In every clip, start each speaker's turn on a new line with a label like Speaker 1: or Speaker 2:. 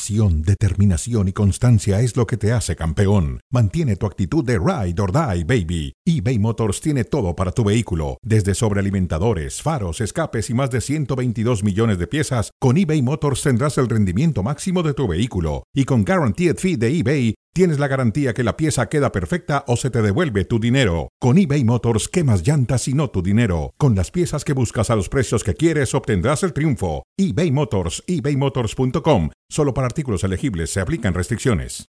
Speaker 1: Pasión, determinación y constancia es lo que te hace campeón. Mantiene tu actitud de ride or die, baby. eBay Motors tiene todo para tu vehículo, desde sobrealimentadores, faros, escapes y más de 122 millones de piezas. Con eBay Motors tendrás el rendimiento máximo de tu vehículo. Y con Guaranteed Fee de eBay, tienes la garantía que la pieza queda perfecta o se te devuelve tu dinero. Con eBay Motors, quemas llantas y no tu dinero. Con las piezas que buscas a los precios que quieres, obtendrás el triunfo. eBay Motors, ebaymotors.com. Solo para artículos elegibles se aplican restricciones.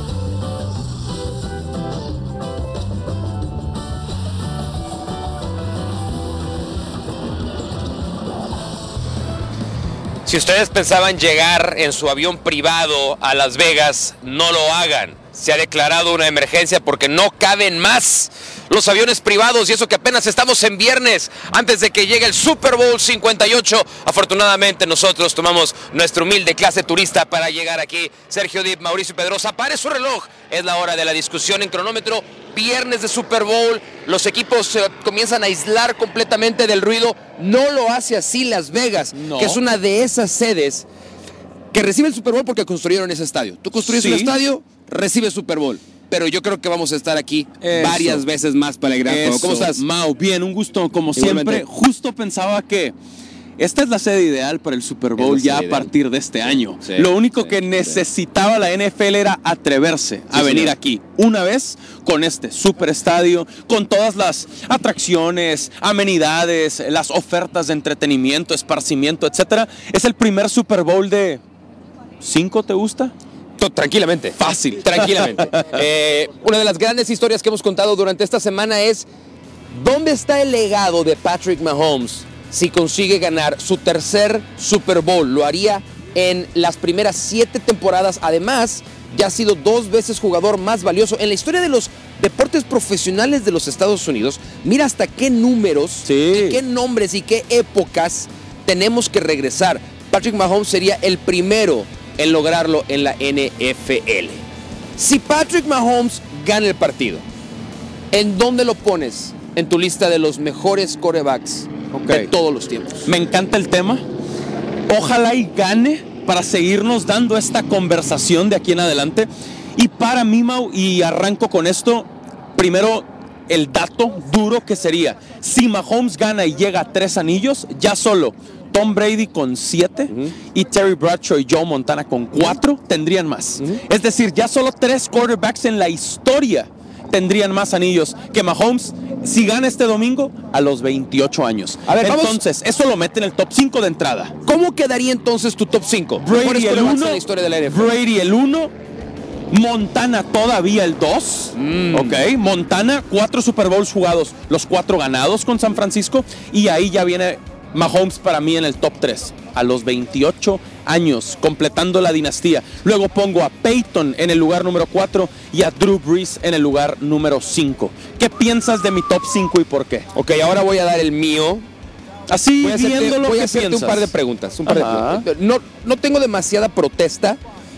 Speaker 2: Si ustedes pensaban llegar en su avión privado a Las Vegas, no lo hagan. Se ha declarado una emergencia porque no caben más los aviones privados, y eso que apenas estamos en viernes, antes de que llegue el Super Bowl 58. Afortunadamente nosotros tomamos nuestra humilde clase turista para llegar aquí. Sergio Dip, Mauricio Pedrosa, pare su reloj. Es la hora de la discusión en cronómetro. Viernes de Super Bowl, los equipos se comienzan a aislar completamente del ruido. No lo hace así Las Vegas, que es una de esas sedes que recibe el Super Bowl porque construyeron ese estadio. Tú construyes un estadio, recibes Super Bowl. Pero yo creo que vamos a estar aquí varias veces más para el gran juego. ¿Cómo estás?
Speaker 3: Mau, bien, un gusto como siempre. Justo pensaba que esta es la sede ideal para el Super Bowl ya a partir de este año.
Speaker 2: Sí,
Speaker 3: Lo único que necesitaba la NFL era atreverse a venir aquí una vez con este super estadio, con todas las atracciones, amenidades, las ofertas de entretenimiento, esparcimiento, etcétera. Es el primer Super Bowl de 5, ¿te gusta?
Speaker 2: Tranquilamente.
Speaker 3: Fácil.
Speaker 2: Tranquilamente. Una de las grandes historias que hemos contado durante esta semana es ¿dónde está el legado de Patrick Mahomes si consigue ganar su tercer Super Bowl? Lo haría en las primeras 7 temporadas. Además, ya ha sido 2 veces jugador más valioso en la historia de los deportes profesionales de los Estados Unidos. Mira hasta qué números, y qué nombres y qué épocas tenemos que regresar. Patrick Mahomes sería el primero en lograrlo en la NFL. Si Patrick Mahomes gana el partido, ¿en dónde lo pones en tu lista de los mejores quarterbacks de todos los tiempos?
Speaker 3: Me encanta el tema. Ojalá y gane para seguirnos dando esta conversación de aquí en adelante. Y para mí, Mau, y arranco con esto, primero el dato duro que sería, si Mahomes gana y llega a 3 anillos, ya solo Tom Brady con 7 y Terry Bradshaw y Joe Montana con 4 tendrían más. Es decir, ya solo 3 quarterbacks en la historia tendrían más anillos que Mahomes si gana este domingo a los 28 años.
Speaker 2: A ver,
Speaker 3: entonces, eso lo mete en el top 5 de entrada.
Speaker 2: ¿Cómo quedaría entonces tu top 5?
Speaker 3: Brady el 1,
Speaker 2: la historia de la NFL.
Speaker 3: Brady el 1, Montana todavía el 2. Montana, 4 Super Bowls jugados, los 4 ganados con San Francisco, y ahí ya viene Mahomes para mí en el top 3, a los 28 años, completando la dinastía. Luego pongo a Peyton en el lugar número 4 y a Drew Brees en el lugar número 5. ¿Qué piensas de mi top 5 y por qué?
Speaker 2: Ok, ahora voy a dar el mío.
Speaker 3: Así,
Speaker 2: voy a hacerte un par de preguntas. No tengo demasiada protesta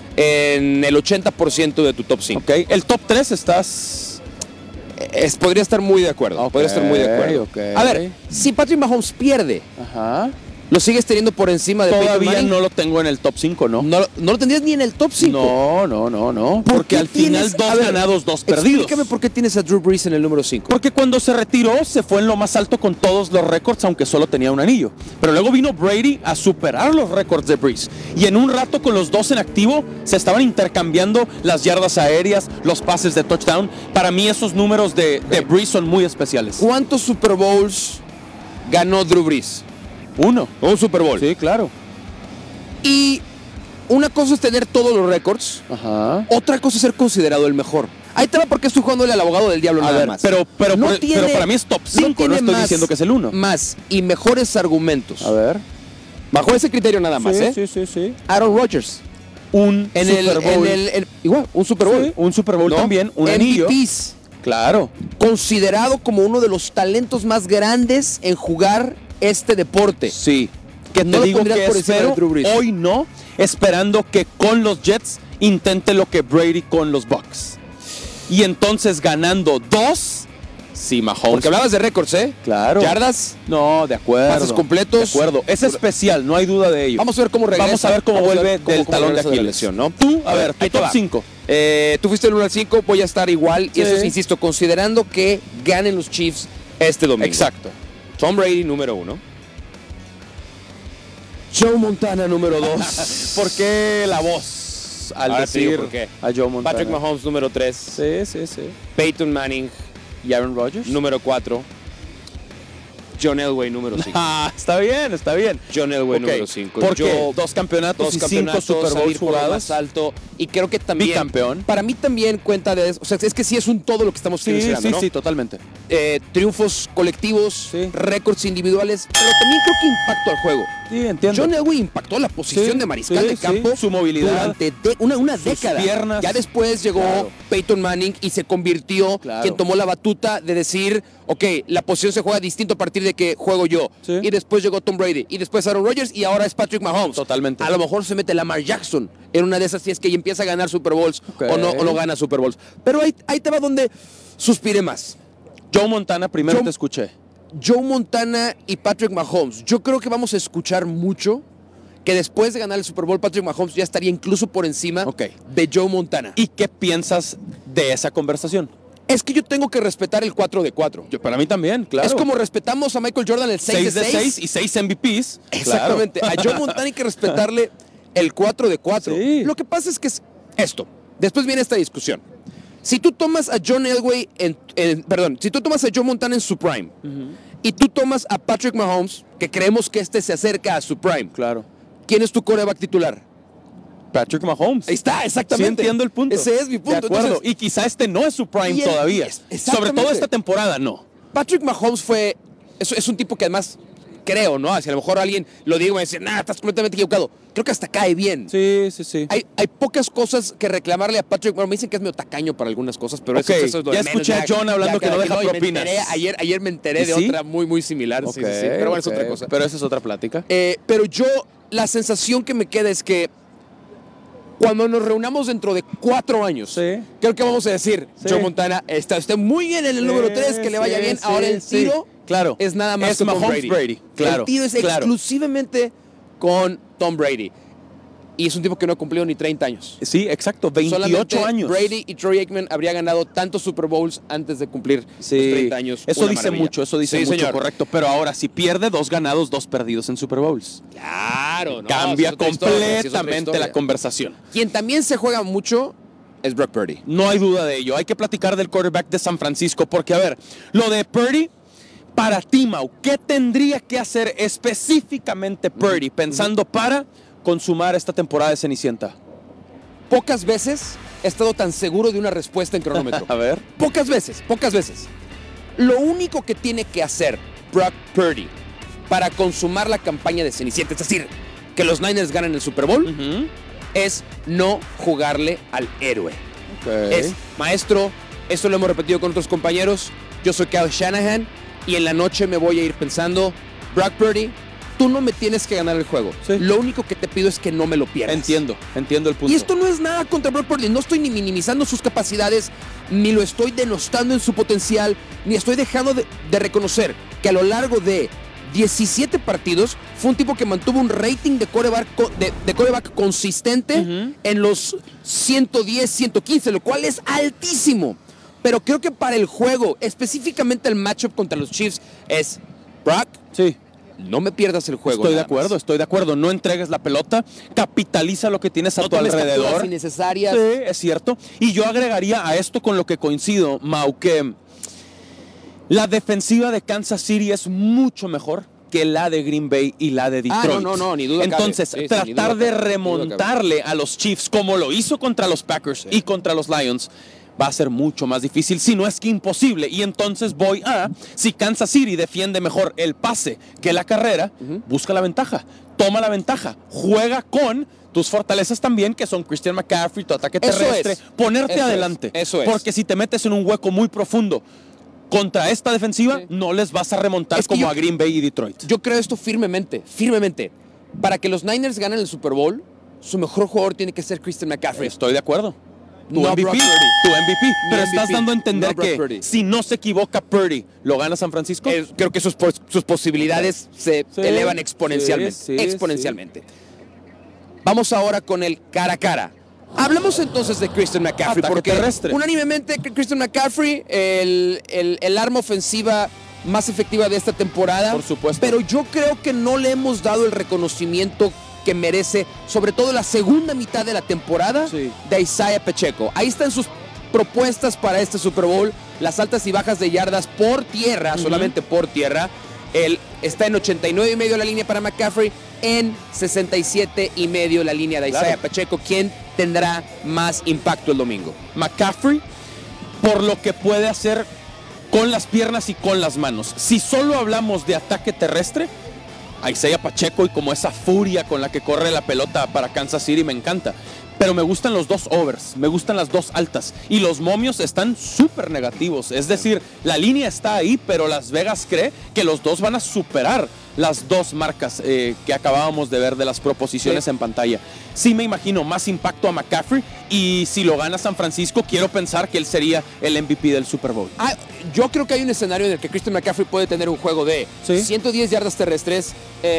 Speaker 2: en el 80% de tu top 5.
Speaker 3: Ok, el top 3 estás...
Speaker 2: Podría estar muy de acuerdo. A ver, si Patrick Mahomes pierde, ¿lo sigues teniendo por encima de Peyton Manning?
Speaker 3: Todavía no lo tengo en el top 5, ¿no?
Speaker 2: ¿No lo tendrías ni en el top 5?
Speaker 3: No. Porque al final 2 ganados, 2 perdidos.
Speaker 2: Explícame por qué tienes a Drew Brees en el número 5.
Speaker 3: Porque cuando se retiró se fue en lo más alto con todos los récords, aunque solo tenía un anillo. Pero luego vino Brady a superar los récords de Brees. Y en un rato con los 2 en activo se estaban intercambiando las yardas aéreas, los pases de touchdown. Para mí esos números de Brees son muy especiales.
Speaker 2: ¿Cuántos Super Bowls ganó Drew Brees?
Speaker 3: 1.
Speaker 2: Un Super Bowl.
Speaker 3: Sí, claro.
Speaker 2: Y una cosa es tener todos los récords, otra cosa es ser considerado el mejor. Ahí te va porque estoy jugándole al abogado del diablo nada más.
Speaker 3: Pero para mí es top 5, no estoy diciendo que es el 1.
Speaker 2: Más y mejores argumentos.
Speaker 3: A ver.
Speaker 2: Bajo ese criterio nada más,
Speaker 3: Sí.
Speaker 2: Aaron Rodgers.
Speaker 3: Un Super Bowl.
Speaker 2: Igual, un Super Bowl.
Speaker 3: Sí, un Super Bowl también, un anillo.
Speaker 2: MVPs.
Speaker 3: Claro.
Speaker 2: Considerado como uno de los talentos más grandes en jugar este deporte.
Speaker 3: Sí. Que
Speaker 2: no
Speaker 3: te digo que
Speaker 2: por
Speaker 3: espero, hoy no, esperando que con los Jets intente lo que Brady con los Bucks. Y entonces ganando 2, Sí, Mahomes.
Speaker 2: Porque hablabas de récords, ¿eh?
Speaker 3: Claro.
Speaker 2: Yardas,
Speaker 3: No, de acuerdo.
Speaker 2: pases completos.
Speaker 3: De acuerdo. Es especial, no hay duda de ello.
Speaker 2: Vamos a ver cómo regresa.
Speaker 3: Vamos a ver cómo vuelve del talón de
Speaker 2: regresa
Speaker 3: Aquiles.
Speaker 2: la lesión, ¿no?
Speaker 3: Tú, a ver, tu
Speaker 2: ahí te
Speaker 3: top
Speaker 2: va.
Speaker 3: 5.
Speaker 2: Tú fuiste el 1 al 5, voy a estar igual.
Speaker 3: Sí.
Speaker 2: Y eso es, insisto, considerando que ganen los Chiefs este domingo.
Speaker 3: Exacto.
Speaker 2: Tom Brady, número 1. Joe Montana, número 2.
Speaker 3: ¿Por qué la voz al
Speaker 2: Ahora te digo
Speaker 3: decir
Speaker 2: por qué.
Speaker 3: a Joe Montana?
Speaker 2: Patrick Mahomes, número 3.
Speaker 3: Sí.
Speaker 2: Peyton Manning,
Speaker 3: ¿Y Aaron Rodgers?
Speaker 2: número 4. John Elway, número 5.
Speaker 3: Ah, está bien.
Speaker 2: John Elway,
Speaker 3: Ok.
Speaker 2: número 5.
Speaker 3: ¿Por qué? Dos campeonatos y 5 Super Bowls jugados.
Speaker 2: más alto. Y creo que también...
Speaker 3: Bicampeón.
Speaker 2: Para mí también cuenta de eso. O sea, es que sí es un todo lo que estamos mencionando, ¿no?
Speaker 3: Sí, totalmente.
Speaker 2: Triunfos colectivos,
Speaker 3: Sí.
Speaker 2: récords individuales, pero también creo que impacto al juego.
Speaker 3: Sí, entiendo.
Speaker 2: John Elway impactó la posición
Speaker 3: Sí,
Speaker 2: de mariscal
Speaker 3: sí,
Speaker 2: de campo
Speaker 3: sí. Su movilidad.
Speaker 2: durante una
Speaker 3: Sus
Speaker 2: década.
Speaker 3: piernas.
Speaker 2: Ya después llegó
Speaker 3: Claro.
Speaker 2: Peyton Manning y se convirtió quien tomó la batuta de decir, ok, la posición se juega distinto a partir de que juego yo.
Speaker 3: Sí.
Speaker 2: Y después llegó Tom Brady, y después Aaron Rodgers, y ahora es Patrick Mahomes.
Speaker 3: Totalmente.
Speaker 2: A lo mejor se mete Lamar Jackson en una de esas, si es que y empieza a ganar Super Bowls o no gana Super Bowls. Pero ahí te va donde suspiré más.
Speaker 3: Joe Montana, primero
Speaker 2: Joe-
Speaker 3: te escuché.
Speaker 2: Joe Montana y Patrick Mahomes. Yo creo que vamos a escuchar mucho que después de ganar el Super Bowl, Patrick Mahomes ya estaría incluso por encima
Speaker 3: Ok.
Speaker 2: de Joe Montana.
Speaker 3: ¿Y qué piensas de esa conversación?
Speaker 2: Es que yo tengo que respetar el 4 de 4.
Speaker 3: Para mí también, claro.
Speaker 2: Es como respetamos a Michael Jordan el 6 de 6.
Speaker 3: y 6 MVPs.
Speaker 2: Exactamente.
Speaker 3: Claro.
Speaker 2: A Joe Montana hay que respetarle el 4 de 4.
Speaker 3: Sí.
Speaker 2: Lo que pasa es que es esto. Después viene esta discusión. Si tú tomas a John Elway si tú tomas a Joe Montana en su prime y tú tomas a Patrick Mahomes, que creemos que este se acerca a su prime,
Speaker 3: Claro.
Speaker 2: ¿quién es tu quarterback titular?
Speaker 3: Patrick Mahomes.
Speaker 2: Ahí está, exactamente.
Speaker 3: Sí entiendo el punto.
Speaker 2: Ese es mi punto.
Speaker 3: De acuerdo.
Speaker 2: Entonces,
Speaker 3: y quizá este no es su prime
Speaker 2: y
Speaker 3: todavía.
Speaker 2: exactamente.
Speaker 3: Sobre todo esta temporada, no.
Speaker 2: Patrick Mahomes es un tipo que además creo, ¿no? Si a lo mejor alguien lo digo y me dice, nah, estás completamente equivocado. Creo que hasta cae bien.
Speaker 3: Sí.
Speaker 2: Hay pocas cosas que reclamarle a Patrick. Bueno, me dicen que es medio tacaño para algunas cosas, pero
Speaker 3: Ok,
Speaker 2: eso es lo de
Speaker 3: ya
Speaker 2: menos.
Speaker 3: escuché a John hablando que no deja
Speaker 2: y me
Speaker 3: propinas.
Speaker 2: enteré, ayer me enteré
Speaker 3: ¿Y
Speaker 2: de
Speaker 3: sí?
Speaker 2: otra muy similar. Sí. Pero bueno, es otra cosa.
Speaker 3: Pero esa es otra plática.
Speaker 2: Pero la sensación que me queda es que cuando nos reunamos dentro de 4 años,
Speaker 3: Sí.
Speaker 2: creo que vamos a decir,
Speaker 3: Sí.
Speaker 2: Joe Montana está usted muy bien en el número 3, que le vaya bien. Ahora el tiro
Speaker 3: claro.
Speaker 2: es nada más
Speaker 3: Es
Speaker 2: con Tom
Speaker 3: Mahomes Brady. Claro.
Speaker 2: El tiro es
Speaker 3: claro.
Speaker 2: exclusivamente con Tom Brady. Y es un tipo que no ha cumplido ni 30 años.
Speaker 3: Sí, exacto. 28
Speaker 2: Solamente
Speaker 3: años.
Speaker 2: Brady y Troy Aikman habría ganado tantos Super Bowls antes de cumplir los 30 años.
Speaker 3: Eso
Speaker 2: Una
Speaker 3: dice
Speaker 2: maravilla.
Speaker 3: mucho, eso dice
Speaker 2: Sí,
Speaker 3: mucho,
Speaker 2: señor.
Speaker 3: correcto. Pero ahora, si pierde 2 ganados, 2 perdidos en Super Bowls.
Speaker 2: Claro, no,
Speaker 3: Cambia
Speaker 2: esa es otra historia, sí, es otra
Speaker 3: completamente
Speaker 2: historia.
Speaker 3: la conversación.
Speaker 2: Quien también se juega mucho es Brock Purdy.
Speaker 3: No hay duda de ello. Hay que platicar del quarterback de San Francisco porque, a ver, lo de Purdy, para ti, Mau, ¿qué tendría que hacer específicamente Purdy pensando para consumar esta temporada de Cenicienta?
Speaker 2: Pocas veces he estado tan seguro de una respuesta en cronómetro.
Speaker 3: A ver.
Speaker 2: Pocas veces. Lo único que tiene que hacer Brock Purdy para consumar la campaña de Cenicienta, es decir, que los Niners ganen el Super Bowl, es no jugarle al héroe. Es, maestro, esto lo hemos repetido con otros compañeros, yo soy Kyle Shanahan y en la noche me voy a ir pensando, Brock Purdy, tú no me tienes que ganar el juego.
Speaker 3: Sí.
Speaker 2: Lo único que te pido es que no me lo pierdas.
Speaker 3: Entiendo el punto.
Speaker 2: Y esto no es nada contra Brock Purdy. No estoy ni minimizando sus capacidades, ni lo estoy denostando en su potencial, ni estoy dejando de reconocer que a lo largo de 17 partidos fue un tipo que mantuvo un rating de quarterback consistente en los 110, 115, lo cual es altísimo. Pero creo que para el juego, específicamente el matchup contra los Chiefs, es Brock.
Speaker 3: Sí.
Speaker 2: No me pierdas el juego.
Speaker 3: Estoy de acuerdo. No entregues la pelota, capitaliza lo que tienes a
Speaker 2: No
Speaker 3: tu
Speaker 2: tomes capturas
Speaker 3: alrededor.
Speaker 2: innecesarias.
Speaker 3: Sí, es cierto. Y yo agregaría a esto con lo que coincido, Mau, que la defensiva de Kansas City es mucho mejor que la de Green Bay y la de Detroit.
Speaker 2: No, ni duda
Speaker 3: Entonces,
Speaker 2: cabe. Sí,
Speaker 3: tratar
Speaker 2: ni duda
Speaker 3: de
Speaker 2: cabe.
Speaker 3: remontarle a los Chiefs como lo hizo contra los Packers y contra los Lions va a ser mucho más difícil, si no es que imposible. Y entonces si Kansas City defiende mejor el pase que la carrera, busca la ventaja, toma la ventaja, juega con tus fortalezas también, que son Christian McCaffrey, tu ataque terrestre, ponerte adelante.
Speaker 2: Eso es.
Speaker 3: Porque si te metes en un hueco muy profundo contra esta defensiva, no les vas a remontar como a Green Bay y Detroit.
Speaker 2: Yo creo esto firmemente. Para que los Niners ganen el Super Bowl, su mejor jugador tiene que ser Christian McCaffrey.
Speaker 3: Estoy de acuerdo. Tu
Speaker 4: No
Speaker 3: MVP,
Speaker 4: Brock Purdy.
Speaker 3: tu MVP. Pero
Speaker 4: Mi
Speaker 3: estás
Speaker 4: MVP,
Speaker 3: dando a entender
Speaker 4: no Brock
Speaker 3: que
Speaker 4: Purdy.
Speaker 3: si no se equivoca Purdy, ¿lo gana San Francisco?
Speaker 4: Creo que sus posibilidades se
Speaker 3: Sí,
Speaker 4: elevan exponencialmente.
Speaker 3: sí,
Speaker 4: exponencialmente. Vamos ahora con el cara a cara. Hablamos entonces de Christian McCaffrey,
Speaker 3: Ataque
Speaker 4: porque
Speaker 3: terrestre.
Speaker 4: unánimemente Christian McCaffrey, el arma ofensiva más efectiva de esta temporada.
Speaker 3: Por supuesto.
Speaker 4: Pero yo creo que no le hemos dado el reconocimiento que merece, sobre todo la segunda mitad de la temporada
Speaker 3: Sí.
Speaker 4: de Isaiah Pacheco. Ahí están sus propuestas para este Super Bowl, las altas y bajas de yardas por tierra, solamente por tierra. Él está en 89.5 la línea para McCaffrey, en 67.5 la línea de Isaiah
Speaker 3: Claro.
Speaker 4: Pacheco. ¿Quién tendrá más impacto el domingo?
Speaker 3: McCaffrey, por lo que puede hacer con las piernas y con las manos. Si solo hablamos de ataque terrestre, a Isaiah Pacheco y como esa furia con la que corre la pelota para Kansas City me encanta. Pero me gustan los dos overs, me gustan las dos altas. Y los momios están súper negativos. Es decir, la línea está ahí, pero Las Vegas cree que los dos van a superar las dos marcas que acabábamos de ver de las proposiciones en pantalla. Sí me imagino más impacto a McCaffrey, y si lo gana San Francisco, quiero pensar que él sería el MVP del Super Bowl.
Speaker 4: Yo creo que hay un escenario en el que Christian McCaffrey puede tener un juego de
Speaker 3: Sí.
Speaker 4: 110 yardas terrestres,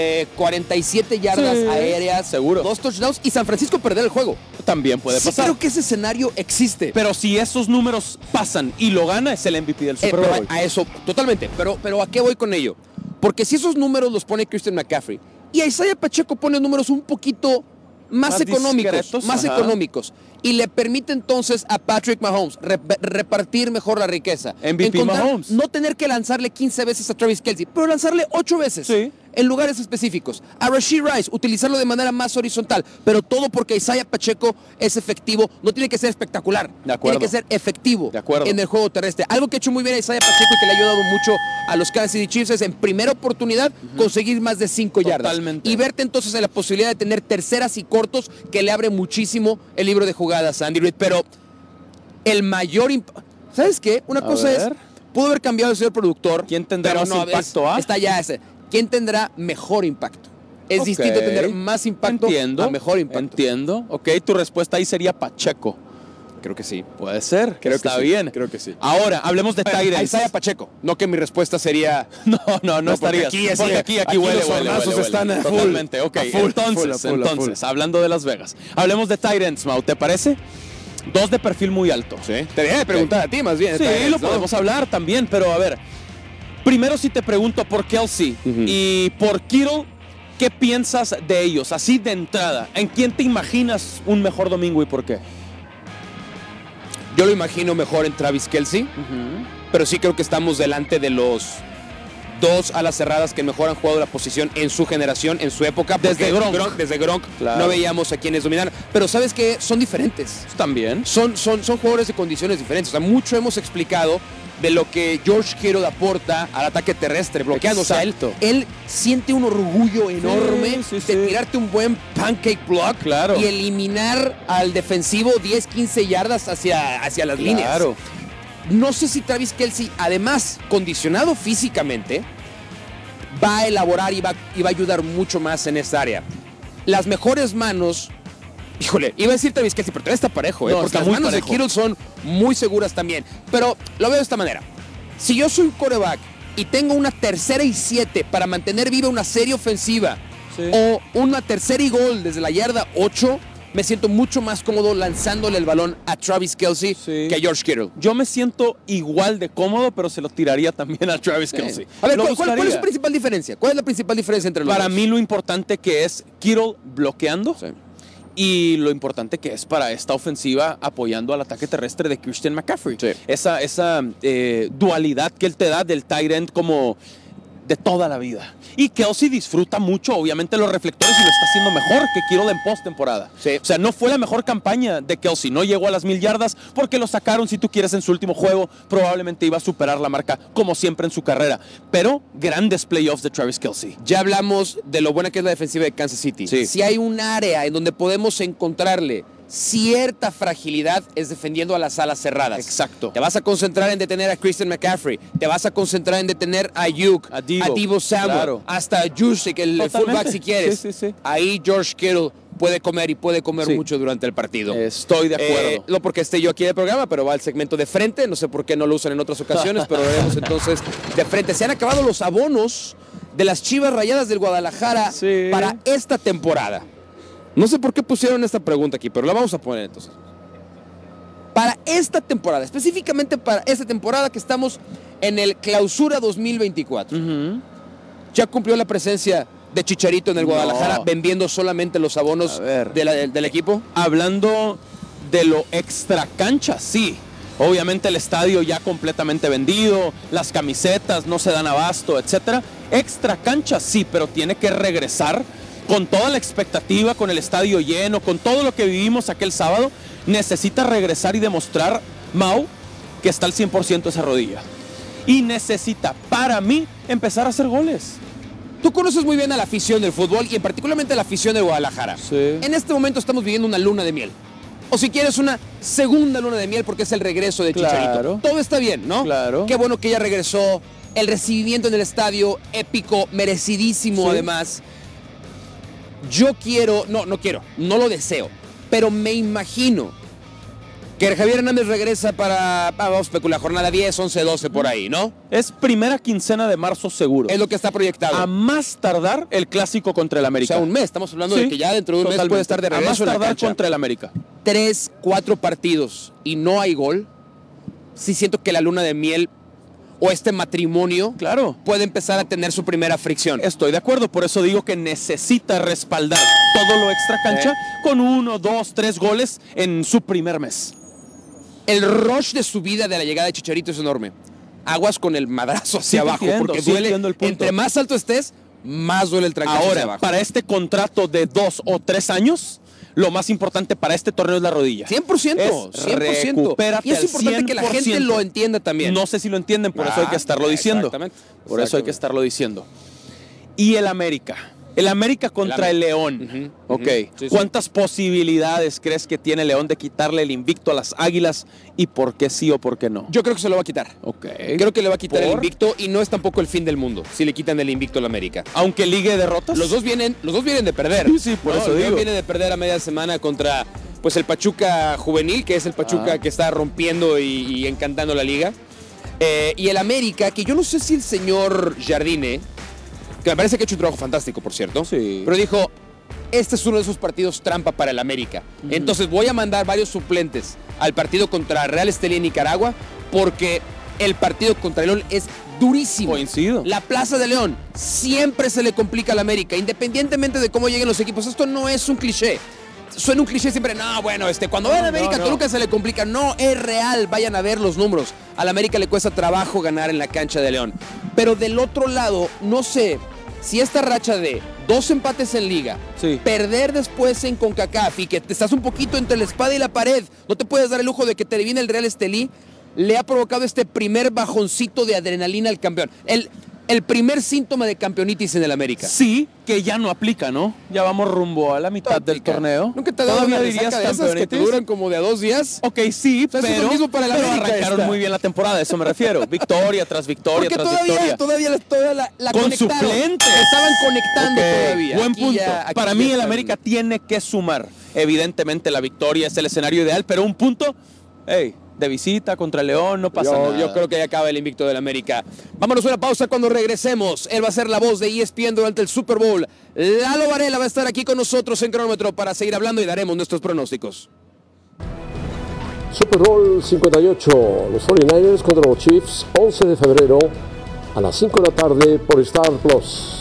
Speaker 4: 47 yardas
Speaker 3: Sí,
Speaker 4: aéreas,
Speaker 3: seguro.
Speaker 4: 2 touchdowns y San Francisco perder el juego.
Speaker 3: También puede
Speaker 4: Sí,
Speaker 3: pasar.
Speaker 4: creo que ese escenario existe.
Speaker 3: Pero si esos números pasan y lo gana, es el MVP del Super
Speaker 4: Pero
Speaker 3: Bowl.
Speaker 4: a eso, totalmente. Pero ¿a qué voy con ello? Porque si esos números los pone Christian McCaffrey y Isaiah Pacheco pone números un poquito más
Speaker 3: Más
Speaker 4: económicos,
Speaker 3: discretos,
Speaker 4: más
Speaker 3: ajá.
Speaker 4: económicos, y le permite entonces a Patrick Mahomes repartir mejor la riqueza.
Speaker 3: MVP Mahomes.
Speaker 4: No tener que lanzarle 15 veces a Travis Kelce, pero lanzarle 8 veces.
Speaker 3: Sí.
Speaker 4: En lugares específicos. A Rashee Rice, utilizarlo de manera más horizontal, pero todo porque Isaiah Pacheco es efectivo. No tiene que ser espectacular,
Speaker 3: De acuerdo.
Speaker 4: tiene que ser efectivo
Speaker 3: De acuerdo.
Speaker 4: en el juego terrestre. Algo que ha hecho muy bien a Isaiah Pacheco y que le ha ayudado mucho a los Kansas City Chiefs es en primera oportunidad conseguir más de 5 yardas.
Speaker 3: Totalmente.
Speaker 4: Y verte entonces en la posibilidad de tener terceras y cortos, que le abre muchísimo el libro de jugadas a Andy Reid. Pero el mayor ¿sabes qué? Una
Speaker 3: A
Speaker 4: cosa es,
Speaker 3: ver.
Speaker 4: pudo haber cambiado el señor productor.
Speaker 3: ¿Quién tendrá
Speaker 4: pero
Speaker 3: más
Speaker 4: no,
Speaker 3: impacto, ah?
Speaker 4: Está ya ese. ¿Quién tendrá mejor impacto? Es
Speaker 3: Ok.
Speaker 4: distinto tener más impacto
Speaker 3: Entiendo,
Speaker 4: a mejor impacto.
Speaker 3: Entiendo. Ok, tu respuesta ahí sería Pacheco.
Speaker 4: Creo que sí.
Speaker 3: Puede ser.
Speaker 4: Creo
Speaker 3: Está
Speaker 4: que sí,
Speaker 3: bien.
Speaker 4: creo que sí.
Speaker 3: Ahora, hablemos de
Speaker 4: A
Speaker 3: Tyrants.
Speaker 4: Isaiah Pacheco. No que mi respuesta sería...
Speaker 3: No
Speaker 4: porque
Speaker 3: estarías.
Speaker 4: aquí es-
Speaker 3: porque aquí
Speaker 4: los
Speaker 3: huele.
Speaker 4: hornazos están a full.
Speaker 3: Totalmente, ok.
Speaker 4: A full,
Speaker 3: Entonces,
Speaker 4: a full.
Speaker 3: hablando de Las Vegas, hablemos de Tyrants, Mau, ¿te parece? Dos de perfil muy alto.
Speaker 4: Sí. Te dejé de preguntar a ti más bien.
Speaker 3: Sí,
Speaker 4: Tyrants,
Speaker 3: lo
Speaker 4: ¿no?
Speaker 3: podemos hablar también, pero a ver. Primero sí te pregunto por Kelce y por Kittle, ¿qué piensas de ellos? Así de entrada, ¿en quién te imaginas un mejor domingo y por qué?
Speaker 4: Yo lo imagino mejor en Travis Kelce, pero sí creo que estamos delante de los dos alas cerradas que mejor han jugado la posición en su generación, en su época.
Speaker 3: Desde
Speaker 4: porque
Speaker 3: Gronk.
Speaker 4: Desde Gronk
Speaker 3: Claro.
Speaker 4: no veíamos a quienes dominaran. Pero ¿sabes qué? Son diferentes.
Speaker 3: También.
Speaker 4: Son jugadores de condiciones diferentes. O sea, mucho hemos explicado de lo que George Kittle aporta al ataque terrestre, bloqueando. O sea,
Speaker 3: Exacto.
Speaker 4: él siente un orgullo enorme
Speaker 3: sí,
Speaker 4: de
Speaker 3: sí.
Speaker 4: tirarte un buen pancake block
Speaker 3: Claro.
Speaker 4: y eliminar al defensivo 10, 15 yardas hacia las líneas.
Speaker 3: Claro.
Speaker 4: No sé si Travis Kelce, además, condicionado físicamente, va a elaborar y va a ayudar mucho más en esta área. Las mejores manos, híjole, iba a decir Travis Kelce, pero todavía está parejo,
Speaker 3: No,
Speaker 4: porque
Speaker 3: está
Speaker 4: las
Speaker 3: muy
Speaker 4: manos
Speaker 3: parejo.
Speaker 4: de Kittle son muy seguras también. Pero lo veo de esta manera. Si yo soy un quarterback y tengo una 3rd y 7 para mantener viva una serie ofensiva,
Speaker 3: Sí.
Speaker 4: o una 3rd y gol desde la yarda 8, me siento mucho más cómodo lanzándole el balón a Travis Kelce
Speaker 3: Sí.
Speaker 4: que a George Kittle.
Speaker 3: Yo me siento igual de cómodo, pero se lo tiraría también a Travis Kelce.
Speaker 4: A ver,
Speaker 3: Lo
Speaker 4: ¿cuál es
Speaker 3: buscaría.
Speaker 4: su principal diferencia? ¿Cuál es la principal diferencia entre los
Speaker 3: Para
Speaker 4: dos?
Speaker 3: mí lo importante que es Kittle bloqueando
Speaker 4: Sí.
Speaker 3: y lo importante que es para esta ofensiva apoyando al ataque terrestre de Christian McCaffrey.
Speaker 4: Sí.
Speaker 3: Esa dualidad que él te da del tight end como de toda la vida. Y Kelce disfruta mucho, obviamente, los reflectores y lo está haciendo mejor que Kittle en postemporada.
Speaker 4: Sí.
Speaker 3: O sea, no fue la mejor campaña de Kelce, no llegó a las 1000 yardas porque lo sacaron, si tú quieres, en su último juego. Probablemente iba a superar la marca como siempre en su carrera. Pero grandes playoffs de Travis Kelce.
Speaker 4: Ya hablamos de lo buena que es la defensiva de Kansas City.
Speaker 3: Sí.
Speaker 4: Si hay un área en donde podemos encontrarle cierta fragilidad es defendiendo a las alas cerradas.
Speaker 3: Exacto.
Speaker 4: Te vas a concentrar en detener a Christian McCaffrey, te vas a concentrar en detener a Ayuk,
Speaker 3: A Deebo,
Speaker 4: Samuel,
Speaker 3: claro.
Speaker 4: hasta a Juszczyk, el
Speaker 3: Totalmente.
Speaker 4: fullback si quieres.
Speaker 3: Sí, sí, sí.
Speaker 4: Ahí George Kittle puede comer y puede comer
Speaker 3: Sí.
Speaker 4: mucho durante el partido.
Speaker 3: Estoy de acuerdo.
Speaker 4: No porque esté yo aquí en el programa, pero va al segmento de frente. No sé por qué no lo usan en otras ocasiones, pero veremos entonces de frente. Se han acabado los abonos de las Chivas Rayadas del Guadalajara
Speaker 3: Sí.
Speaker 4: para esta temporada. No sé por qué pusieron esta pregunta aquí, pero la vamos a poner entonces. Para esta temporada, específicamente para esta temporada que estamos en el Clausura 2024. Ya cumplió la presencia de Chicharito en el Guadalajara, vendiendo solamente los abonos
Speaker 3: A ver.
Speaker 4: del equipo.
Speaker 3: Hablando de lo extra cancha, sí. Obviamente el estadio ya completamente vendido, las camisetas no se dan abasto, etcétera. Extra cancha, sí, pero tiene que regresar con toda la expectativa, con el estadio lleno, con todo lo que vivimos aquel sábado. Necesita regresar y demostrar, Mau, que está al 100% esa rodilla. Y necesita, para mí, empezar a hacer goles.
Speaker 4: Tú conoces muy bien a la afición del fútbol y en particularmente a la afición de Guadalajara.
Speaker 3: Sí.
Speaker 4: En este momento estamos viviendo una luna de miel. O si quieres, una segunda luna de miel porque es el regreso de Chicharito.
Speaker 3: Claro.
Speaker 4: Todo está bien, ¿no?
Speaker 3: Claro.
Speaker 4: Qué bueno que ya regresó. El recibimiento en el estadio, épico, merecidísimo
Speaker 3: Sí.
Speaker 4: además. Yo quiero, no lo deseo, pero me imagino que Javier Hernández regresa vamos a especular, jornada 10, 11, 12 por ahí, ¿no?
Speaker 3: Es primera quincena de marzo seguro.
Speaker 4: Es lo que está proyectado.
Speaker 3: A más tardar el clásico contra el
Speaker 4: O
Speaker 3: América.
Speaker 4: sea, un mes, estamos hablando de
Speaker 3: Sí,
Speaker 4: que ya dentro de un mes
Speaker 3: totalmente.
Speaker 4: puede estar de
Speaker 3: A más
Speaker 4: regreso en la
Speaker 3: tardar
Speaker 4: cancha.
Speaker 3: contra el América.
Speaker 4: 3, 4 partidos y no hay gol. Sí siento que la luna de miel o este matrimonio
Speaker 3: Claro.
Speaker 4: puede empezar a tener su primera fricción.
Speaker 3: Estoy de acuerdo, por eso digo que necesita respaldar todo lo extra cancha con 1, 2, 3 goles en su primer mes.
Speaker 4: El rush de subida de la llegada de Chicharito es enorme. Aguas con el madrazo hacia
Speaker 3: Sí, te
Speaker 4: abajo,
Speaker 3: entiendo,
Speaker 4: porque
Speaker 3: sí
Speaker 4: duele.
Speaker 3: entiendo el punto.
Speaker 4: Entre más alto estés, más duele el trancazo hacia
Speaker 3: Ahora,
Speaker 4: abajo.
Speaker 3: para este contrato de 2 o 3 años, lo más importante para este torneo es la rodilla.
Speaker 4: 100%,
Speaker 3: Es
Speaker 4: 100%.
Speaker 3: recupérate
Speaker 4: Y es
Speaker 3: al
Speaker 4: importante que la gente
Speaker 3: 100%.
Speaker 4: lo entienda también.
Speaker 3: No sé si lo entienden, por eso hay que estarlo diciendo.
Speaker 4: Exactamente.
Speaker 3: Por eso hay que estarlo diciendo. Y el América. El América contra el León.
Speaker 4: Ujú,
Speaker 3: Ok.
Speaker 4: ujú. Sí, sí.
Speaker 3: ¿Cuántas posibilidades crees que tiene León de quitarle el invicto a las Águilas? ¿Y por qué sí o por qué no?
Speaker 4: Yo creo que se lo va a quitar.
Speaker 3: Ok.
Speaker 4: Creo que le va a quitar el
Speaker 3: ¿Por?
Speaker 4: invicto y no es tampoco el fin del mundo si le quitan el invicto al América.
Speaker 3: Aunque ligue derrotas.
Speaker 4: Los dos vienen de perder.
Speaker 3: Sí, por
Speaker 4: ¿no?
Speaker 3: eso
Speaker 4: El León
Speaker 3: digo.
Speaker 4: viene de perder a media semana contra pues el Pachuca juvenil, que es el Pachuca que está rompiendo y encantando la liga. Y el América, que yo no sé si el señor Jardine, que me parece que ha hecho un trabajo fantástico, por cierto,
Speaker 3: Sí.
Speaker 4: pero dijo, este es uno de esos partidos trampa para el América. Entonces voy a mandar varios suplentes al partido contra Real Estelí en Nicaragua, porque el partido contra León es durísimo.
Speaker 3: Coincido.
Speaker 4: La Plaza de León siempre se le complica al América, independientemente de cómo lleguen los equipos. Esto no es un cliché. Suena un cliché siempre, no, bueno, cuando vayan a América,
Speaker 3: no.
Speaker 4: Toluca se le complica. No, es real, vayan a ver los números. Al América le cuesta trabajo ganar en la cancha de León. Pero del otro lado, no sé si esta racha de 2 empates en Liga,
Speaker 3: Sí.
Speaker 4: perder después en CONCACAF y que te estás un poquito entre la espada y la pared, no te puedes dar el lujo de que te adivine el Real Estelí, le ha provocado este primer bajoncito de adrenalina al campeón. El primer síntoma de campeonitis en el América.
Speaker 3: Sí, que ya no aplica, ¿no? Ya vamos rumbo a la mitad del torneo.
Speaker 4: ¿Nunca te ha dado una resaca de esas que te
Speaker 3: campeonitis?
Speaker 4: duran como de a 2 días?
Speaker 3: Ok, sí,
Speaker 4: sea, eso es
Speaker 3: pero,
Speaker 4: lo mismo para el
Speaker 3: pero
Speaker 4: América
Speaker 3: arrancaron
Speaker 4: esta.
Speaker 3: muy bien la temporada, a eso me refiero. Victoria tras victoria
Speaker 4: Porque
Speaker 3: tras
Speaker 4: todavía
Speaker 3: victoria.
Speaker 4: la
Speaker 3: Con
Speaker 4: conectaron.
Speaker 3: suplentes.
Speaker 4: Estaban conectando
Speaker 3: Ok,
Speaker 4: todavía.
Speaker 3: buen
Speaker 4: Aquí
Speaker 3: punto.
Speaker 4: aquí
Speaker 3: Para
Speaker 4: ya
Speaker 3: mí el
Speaker 4: están.
Speaker 3: América tiene que sumar. Evidentemente la victoria es el escenario ideal, pero un punto, hey, de visita contra León no pasa nada.
Speaker 4: Yo creo que ya acaba el invicto del América. Vámonos a una pausa cuando regresemos. Él va a ser la voz de ESPN durante el Super Bowl. Lalo Varela va a estar aquí con nosotros en Cronómetro para seguir hablando y daremos nuestros pronósticos.
Speaker 5: Super Bowl 58, los 49ers contra los Chiefs, 11 de febrero a las 5 de la tarde por Star Plus.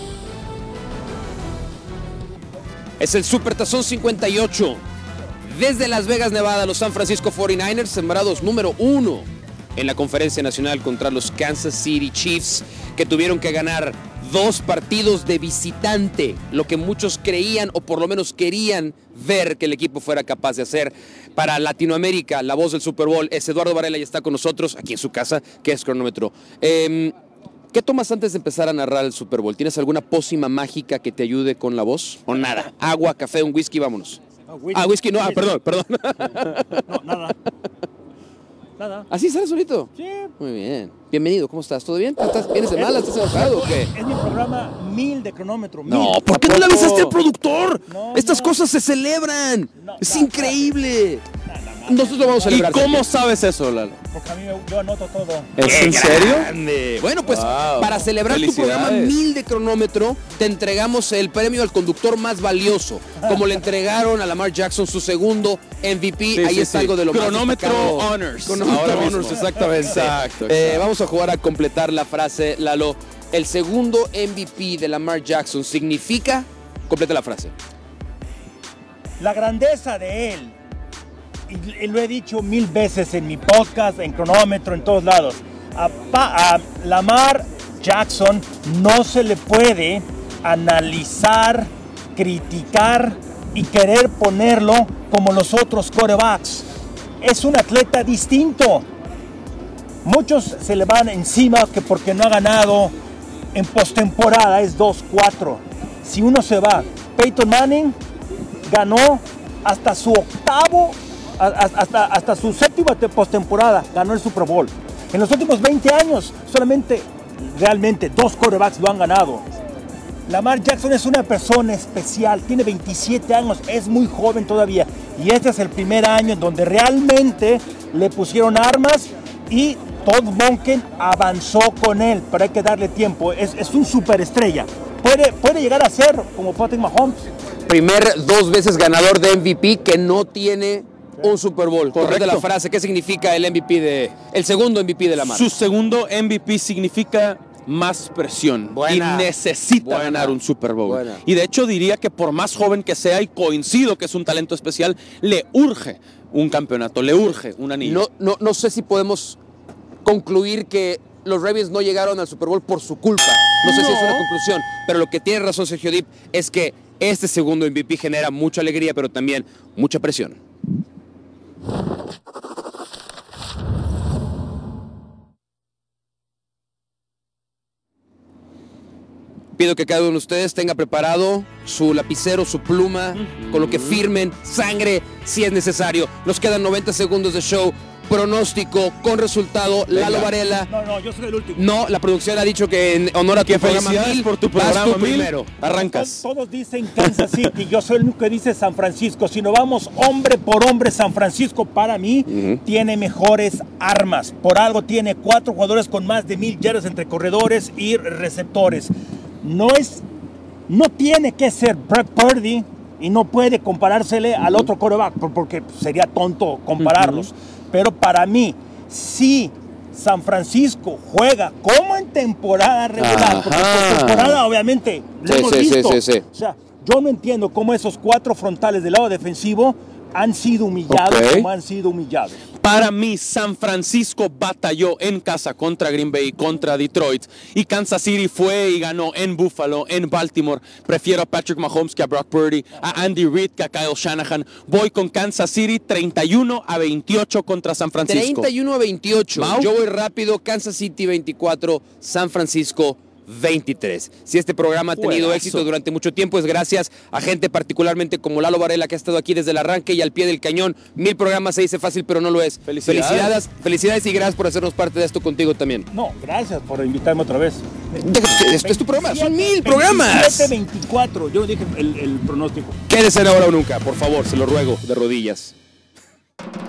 Speaker 4: Es el Super Tazón 58. Desde Las Vegas, Nevada, los San Francisco 49ers, sembrados número 1 en la conferencia nacional contra los Kansas City Chiefs, que tuvieron que ganar 2 partidos de visitante, lo que muchos creían o por lo menos querían ver que el equipo fuera capaz de hacer. Para Latinoamérica, la voz del Super Bowl es Eduardo Varela y está con nosotros aquí en su casa, que es Cronómetro. ¿Qué tomas antes de empezar a narrar el Super Bowl? ¿Tienes alguna pócima mágica que te ayude con la voz? ¿O nada? Agua, café, un whisky, vámonos. Whisky no, perdón.
Speaker 6: No, nada. Nada.
Speaker 4: ¿Así sale solito?
Speaker 6: Sí.
Speaker 4: Muy bien. Bienvenido, ¿cómo estás? ¿Todo bien? ¿Vienes de mala? ¿Estás enojado o qué?
Speaker 6: Es mi programa 1000 de cronómetro.
Speaker 4: No,
Speaker 6: 1000.
Speaker 4: ¿por qué no le avisaste al productor?
Speaker 6: No,
Speaker 4: Estas
Speaker 6: no.
Speaker 4: cosas se celebran.
Speaker 6: No,
Speaker 4: es
Speaker 6: no,
Speaker 4: increíble. Nosotros lo vamos a
Speaker 3: ¿Y
Speaker 4: celebrar.
Speaker 3: cómo sabes eso, Lalo?
Speaker 6: Porque a mí yo anoto todo.
Speaker 3: ¿Es en serio?
Speaker 4: Grande. Bueno, pues
Speaker 3: Wow.
Speaker 4: para celebrar tu programa
Speaker 3: Felicidades.
Speaker 4: 1000 de cronómetro, te entregamos el premio al conductor más valioso. Como le entregaron a Lamar Jackson su segundo MVP.
Speaker 3: Sí,
Speaker 4: Ahí
Speaker 3: sí,
Speaker 4: está
Speaker 3: sí.
Speaker 4: algo de lo
Speaker 3: Cronómetro
Speaker 4: más destacado.
Speaker 3: Honors.
Speaker 4: Cronómetro
Speaker 3: Ahora mismo.
Speaker 4: Honors, exactamente.
Speaker 3: Exacto.
Speaker 4: Vamos a jugar a completar la frase, Lalo. El segundo MVP de Lamar Jackson significa... Completa la frase.
Speaker 6: La grandeza de él, y lo he dicho 1000 veces en mi podcast, en cronómetro, en todos lados. A Lamar Jackson no se le puede analizar, criticar y querer ponerlo como los otros quarterbacks. Es un atleta distinto. Muchos se le van encima que porque no ha ganado en postemporada, es 2-4. Si uno se va, Peyton Manning ganó hasta su octavo, hasta su séptima postemporada, ganó el Super Bowl. En los últimos 20 años, solamente realmente 2 quarterbacks lo han ganado. Lamar Jackson es una persona especial, tiene 27 años, es muy joven todavía. Y este es el primer año en donde realmente le pusieron armas y Todd Monken avanzó con él, pero hay que darle tiempo. Es un superestrella. Puede llegar a ser como Patrick Mahomes.
Speaker 4: Primer 2 veces ganador de MVP que no tiene un Super Bowl.
Speaker 3: Correcto.
Speaker 4: La frase, ¿qué significa el segundo MVP de Lamar?
Speaker 3: Su segundo MVP significa más presión.
Speaker 4: Buena.
Speaker 3: Y necesita
Speaker 4: Buena.
Speaker 3: ganar un Super Bowl.
Speaker 4: Buena.
Speaker 3: Y de hecho diría que por más joven que sea, y coincido que es un talento especial, le urge un campeonato, le urge un anillo.
Speaker 4: No sé si podemos concluir que los Ravens no llegaron al Super Bowl por su culpa. No sé si es una conclusión, pero lo que tiene razón Sergio Dip es que este segundo MVP genera mucha alegría, pero también mucha presión. Pido que cada uno de ustedes tenga preparado su lapicero, su pluma, con lo que firmen, sangre, si es necesario. Nos quedan 90 segundos de show. Pronóstico con resultado, Lalo Varela.
Speaker 6: No, yo soy el último.
Speaker 4: No, la producción ha dicho que en honor a tu programa
Speaker 3: Felicidades
Speaker 4: 1000,
Speaker 3: por tu
Speaker 4: vas
Speaker 3: programa
Speaker 4: tú
Speaker 3: 1000.
Speaker 4: primero.
Speaker 3: Arrancas.
Speaker 6: Todos dicen Kansas City, yo soy el único que dice San Francisco. Si nos vamos hombre por hombre, San Francisco para mí tiene mejores armas. Por algo tiene 4 jugadores con más de 1000 yardas entre corredores y receptores. No tiene que ser Brock Purdy y no puede comparársele al otro quarterback porque sería tonto compararlos. Pero para mí, si San Francisco juega como en temporada regular, porque en temporada obviamente lo hemos visto.
Speaker 4: Sí.
Speaker 6: O sea, yo no entiendo cómo esos 4 frontales del lado defensivo han sido humillados como han sido humillados.
Speaker 3: Para mí, San Francisco batalló en casa contra Green Bay, contra Detroit. Y Kansas City fue y ganó en Buffalo, en Baltimore. Prefiero a Patrick Mahomes que a Brock Purdy, a Andy Reid que a Kyle Shanahan. Voy con Kansas City 31-28 contra San Francisco.
Speaker 4: 31-28.
Speaker 3: Mau.
Speaker 4: Yo voy rápido. Kansas City 24, San Francisco 23. Si este programa ha tenido
Speaker 3: Juegazo.
Speaker 4: éxito durante mucho tiempo es gracias a gente particularmente como Lalo Varela que ha estado aquí desde el arranque y al pie del cañón. 1000 programas se dice fácil pero no lo es. Felicidades y gracias por hacernos parte de esto contigo también.
Speaker 6: No, gracias por invitarme otra vez.
Speaker 4: Esto es tu programa, son 1000 programas.
Speaker 6: 27-24, yo dije el pronóstico.
Speaker 4: Quédese en ahora o nunca, por favor, se lo ruego de rodillas.